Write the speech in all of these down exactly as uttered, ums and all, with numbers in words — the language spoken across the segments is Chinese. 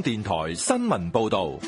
電台新聞報道。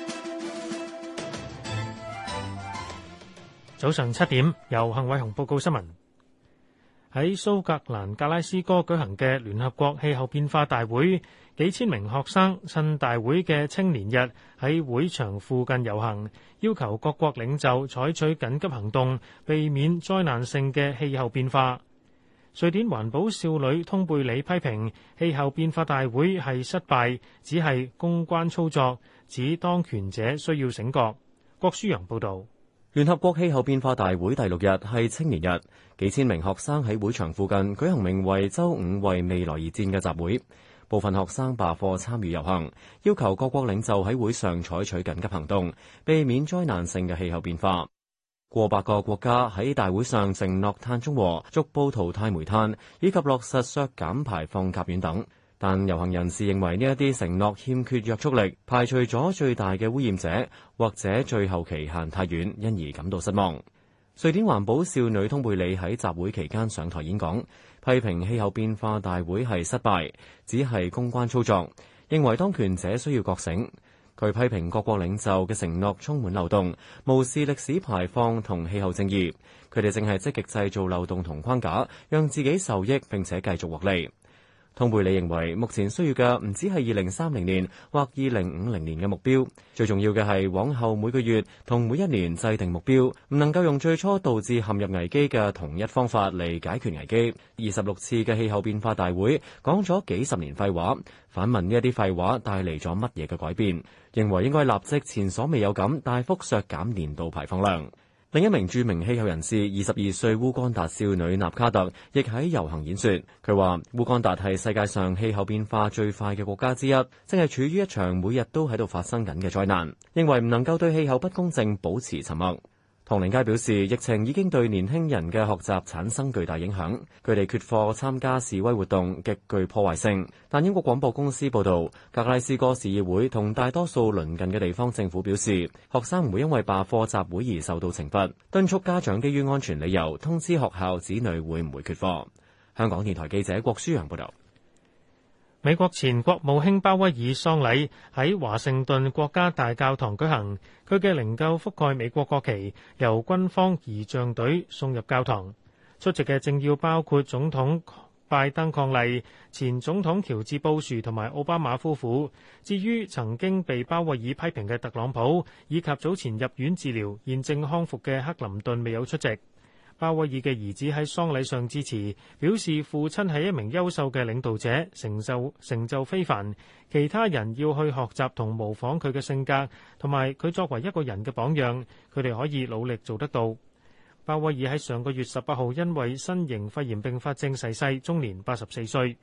早上七點，由幸偉雄報告新聞。喺蘇格蘭格拉斯哥舉行嘅聯合國氣候變化大會，幾千名學生趁大會嘅青年日喺會場附近遊行，要求各國領袖採取緊急行動，避免災難性嘅氣候變化。瑞典環保少女通貝里批評氣候變化大會係失敗，只係公關操作，指當權者需要醒覺。郭舒陽報導。 聯合國氣候變化大會第六日係青年日，幾千名學生喺會場附近舉行名為周五為未來而戰嘅集會。部分學生罷課參與遊行，要求各國領袖喺會上採取緊急行動，避免災難性嘅氣候變化。過百個國家喺大會上承諾碳中和、逐步淘汰煤炭，以及落實削減排放甲烷等。但遊行人士認為呢一啲承諾欠缺約束力，排除咗最大嘅污染者，或者最後期限太遠，因而感到失望。瑞典環保少女通貝里喺集會期間上台演講，批評氣候變化大會係失敗，只係公關操作，認為當權者需要覺醒。佢批評各國領袖嘅承諾充滿漏洞，無視歷史排放同氣候正義，佢哋正係積極製造漏洞同框架，讓自己受益並且繼續獲利。通貝里認為，目前需要嘅唔止係二零三零年或二零五零年嘅目標，最重要嘅係往後每個月同每一年制定目標，唔能夠用最初導致陷入危機嘅同一方法嚟解決危機。二十六次嘅氣候變化大會講咗幾十年廢話，反問呢一啲廢話帶嚟咗乜嘢嘅改變，認為應該立即前所未有咁大幅削減年度排放量。另一名著名氣候人士二十二歲烏干達少女納卡特亦喺遊行演說，佢話烏干達係世界上氣候變化最快嘅國家之一，正係處於一場每日都喺度發生緊嘅災難，認為唔能夠對氣候不公正保持沉默。唐寧街表示，疫情已經對年輕人嘅學習產生巨大影響，佢哋缺課參加示威活動極具破壞性。但英國廣播公司報導，格拉斯哥市議會同大多數鄰近嘅地方政府表示，學生唔會因為罷課集會而受到懲罰，敦促家長基於安全理由通知學校子女會唔會缺課。香港電台記者郭舒陽報導。 美國前國務卿鮑威爾喪禮喺華盛頓國家大教堂舉行，佢嘅靈柩覆蓋美國國旗，由軍方儀仗隊送入教堂。出席嘅政要包括總統拜登伉儷、前總統喬治布殊同埋奧巴馬夫婦。至於曾經被鮑威爾批評嘅特朗普，以及早前入院治療、現正康復嘅克林頓未有出席。鮑威爾嘅兒子喺喪禮上致辭，表示父親係一名優秀嘅領導者，成就成就非凡。其他人要去學習同模仿佢嘅性格，同埋佢作為一個人嘅榜樣，佢哋可以努力做得到。鮑威爾喺上個月十八號因為新型肺炎併發症逝世，終年八十四歲。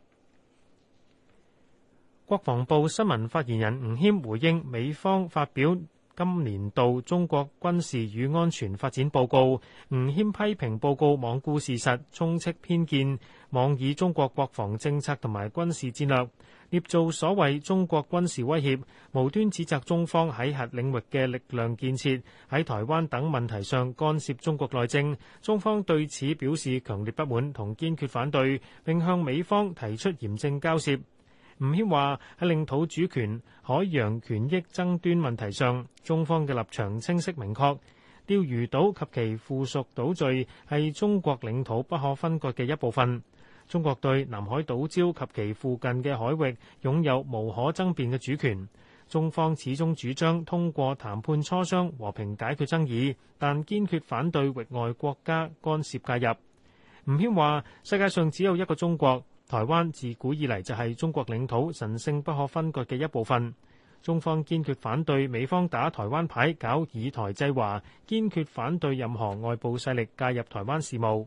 國防部新聞發言人吳謙回應美方發表今年度中國軍事與安全發展報告，吳謙批評報告罔顧事實，充斥偏見，妄以中國國防政策同埋軍事戰略捏造所謂中國軍事威脅，無端指責中方喺核領域嘅力量建設、喺台灣等問題上干涉中國內政。中方對此表示強烈不滿同堅決反對，並向美方提出嚴正交涉。吳謙話喺領土主權、海洋權益爭端問題上，中方嘅立場清晰明確，釣魚島及其附屬島嶼係中國領土不可分割嘅一部分。中國對南海島礁及其附近嘅海域擁有無可爭辯嘅主權。中方始終主張通過談判磋商和平解決爭議，但堅決反對域外國家干涉介入。吳謙話：世界上只有一個中國。台灣自古以嚟就係中國領土神聖不可分割嘅一部分。中方堅決反對美方打台灣牌、搞以台制華，堅決反對任何外部勢力介入台灣事務。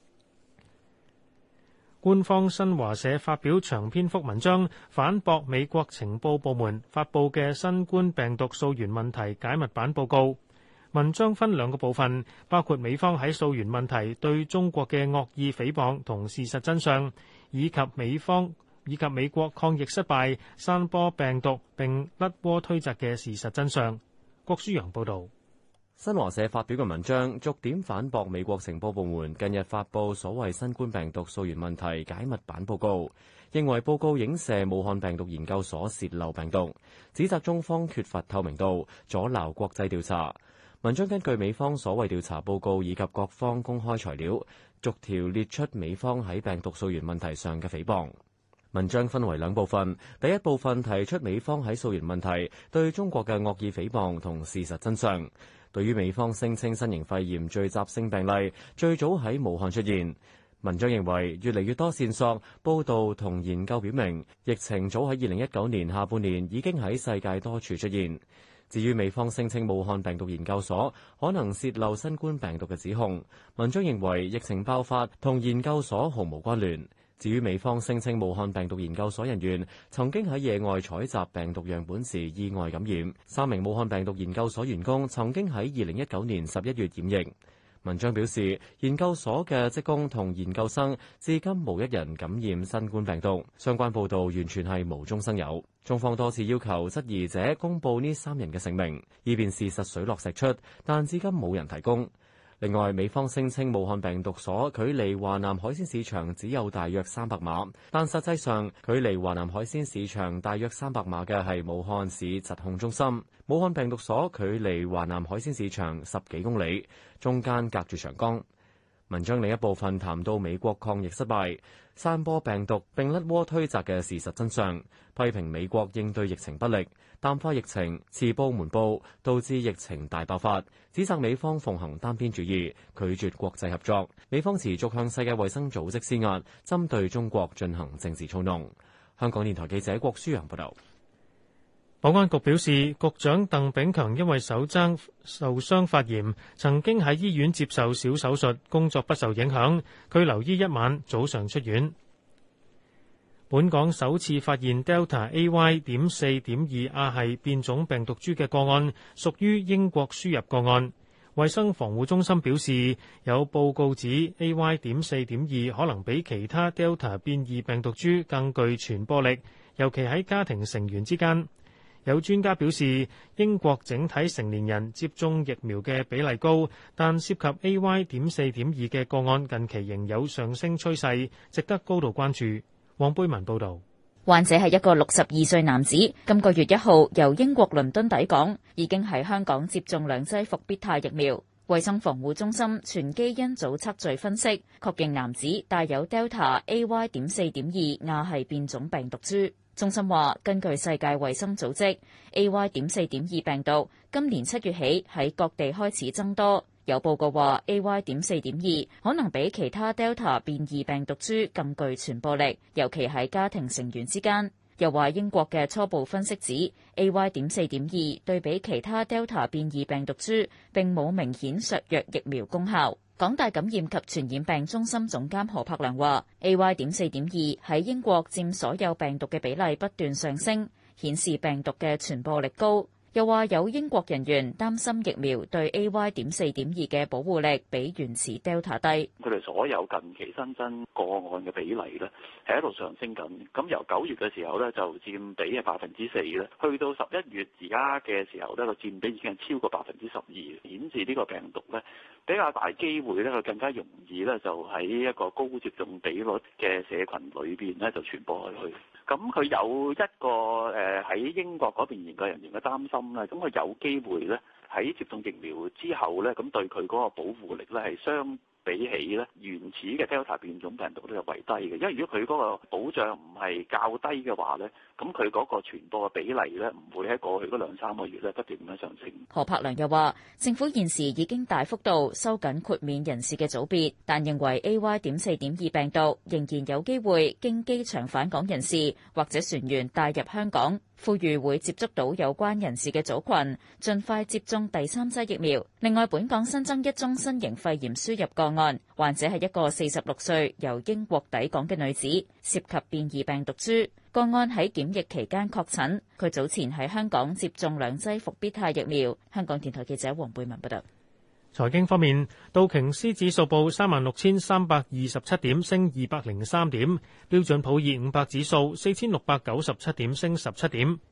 官方新華社發表長篇幅文章，反駁美國情報部門發布嘅新冠病毒溯源問題解密版報告。文章分兩個部分，包括美方喺溯源問題對中國嘅惡意誹謗同事實真相，以及美方以及美國抗疫失敗、散播病毒並甩鍋推責嘅事實真相。郭舒陽報導。 新華社發表嘅文章逐點反駁美國情報部門近日發布所謂新冠病毒溯源問題解密版報告，認為報告影射武漢病毒研究所洩漏病毒，指責中方缺乏透明度，阻撓國際調查。文章根據美方所謂調查報告以及各方公開材料，逐條列出美方喺病毒溯源問題上嘅誹謗。文章分為兩部分，第一部分提出美方喺溯源問題對中國嘅惡意誹謗同事實真相。對於美方聲稱新型肺炎聚集性病例最早喺武漢出現，文章認為越嚟越多線索、報導同研究表明，疫情早喺二零一九年下半年已經喺世界多處出現。至於美方聲稱武漢病毒研究所可能洩漏新冠病毒嘅指控，文章認為疫情爆發同研究所毫無關聯。至於美方聲稱武漢病毒研究所人員曾經喺野外採集病毒樣本時意外感染，三名武漢病毒研究所員工曾經喺二零一九年十一月染疫。文章表示，研究所嘅職工同研究生至今無一人感染新冠病毒，相關報導完全係無中生有。中方多次要求質疑者公佈呢三人嘅姓名，以便事實水落石出，但至今冇人提供。另外，美方聲稱武漢病毒所距離華南海鮮市場只有大約三百碼，但實際上距離華南海鮮市場大約三百碼嘅係武漢市疾控中心。武漢病毒所距離華南海鮮市場十幾公里，中間隔住長江。文章另一部分談到美國抗疫失敗、散播病毒並甩鍋推責嘅事實真相，批評美國應對疫情不力、淡化疫情、遲報瞞報，導致疫情大爆發，指責美方奉行單邊主義，拒絕國際合作。美方持續向世界衛生組織施壓，針對中國進行政治操弄。香港電台記者郭舒陽報道。 保安局表示，局長鄧炳強因為手踭受傷發炎，曾經喺醫院接受小手術，工作不受影響。佢留醫一晚，早上出院。本港首次發現 Delta A Y 點四點二亞系變種病毒株嘅個案，屬於英國輸入個案。衛生防護中心表示，有報告指 A Y 點四點二可能比其他 Delta 變異病毒株更具傳播力，尤其喺家庭成員之間。有專家表示，英國整體成年人接種疫苗嘅比例高，但涉及 A Y 點四點二嘅個案近期仍有上升趨勢，值得高度關注。黃貝文報導。 患者係一個六十二歲男子，今個月一號由英國倫敦抵港，已經喺香港接種兩劑復必泰疫苗。衛生防護中心全基因組測序分析，確認男子帶有 Delta A Y 點四點二亞系變種病毒株。中心話，根據世界衛生組織 ，A Y 點四點二病毒今年七月起喺各地開始增多。有報告話 A Y 點四點二可能比其他 Delta 變異病毒株更具傳播力，尤其喺家庭成員之間。又話英國嘅初步分析指 A Y 點四點二對比其他 Delta 變異病毒株並冇明顯削弱疫苗功效。港大感染及傳染病中心總監何柏良話 A Y 點四點二喺英國佔所有病毒嘅比例不斷上升，顯示病毒嘅傳播力高。又話有英國人員擔心疫苗對 A Y 點四點二嘅保護力比原始 Delta 低。 佢哋所有近期新增個案嘅比例咧，係喺度上升緊。咁由九月嘅時候咧，就佔比係百分之四咧，去到十一月而家嘅時候咧，個佔比已經係超過百分之十二，顯示呢個病毒咧比較大機會咧，佢更加容易咧就喺一個高接種比率嘅社群裏邊咧就傳播開去。咁佢有一個誒喺英國嗰邊研究人員嘅擔心咧，咁佢有機會咧喺接種疫苗之後咧，咁對佢嗰個保護力咧係相比起咧原始嘅 Delta 變種病毒咧係為低嘅，因為如果佢嗰個保障唔係較低嘅話咧，咁佢嗰個傳播嘅比例咧唔會喺過去嗰兩三個月咧不斷咁樣上升。 何柏良又話，政府現時已經大幅度收緊豁免人士嘅組別，但認為 A Y 點四點二病毒仍然有機會經機場返港人士或者船員帶入香港，呼籲會接觸到有關人士嘅組群，盡快接種第三劑疫苗。另外，本港新增一宗新型肺炎輸入個案，患者係一個四十六歲由英國抵港嘅女子，涉及變異病毒株。個案喺檢疫期間確診，佢早前喺香港接種兩劑復必泰疫苗。香港電台記者黃貝文報道。 財經方面，道瓊斯指數報三萬六千三百二十七點，升二百零三點；標準普爾五百指數四千六百九十七點，升十七點。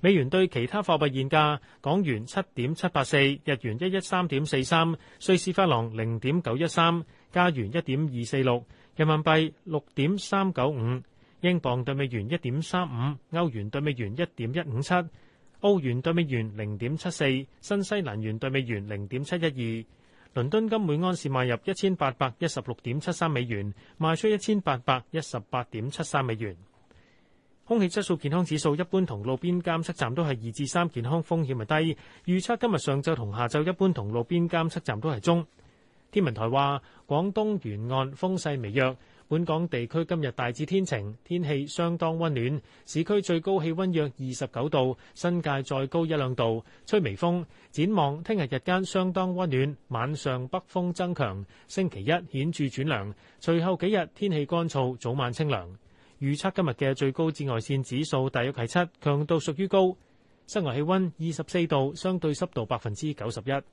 美元對其他貨幣現價：港元七點七八四，日元一一三點四三，瑞士法郎零點九一三，加元一點二四六，人民幣六點三九五，英鎊對美元一點三五，歐元對美元一點一五七，澳元對美元零點七四，新西蘭元對美元零點七一二。倫敦金每安士買入一千八百一十六點七三美元，賣出一千八百一十八點七三美元。空氣質素健康指數一般同路邊監測站都係二至三，健康風險係低。預測今日上晝同下晝一般同路邊監測站都係中。天文台話，廣東沿岸風勢微弱，本港地區今日大致天晴，天氣相當溫暖，市區最高氣溫約二十九度，新界再高一兩度，吹微風。展望聽日日間相當溫暖，晚上北風增強，星期一顯著轉涼，隨後幾日天氣乾燥，早晚清涼。預測今日嘅最高紫外線指數大約係七，強度屬於高。室外氣溫二十四度，相對濕度百分之九十一。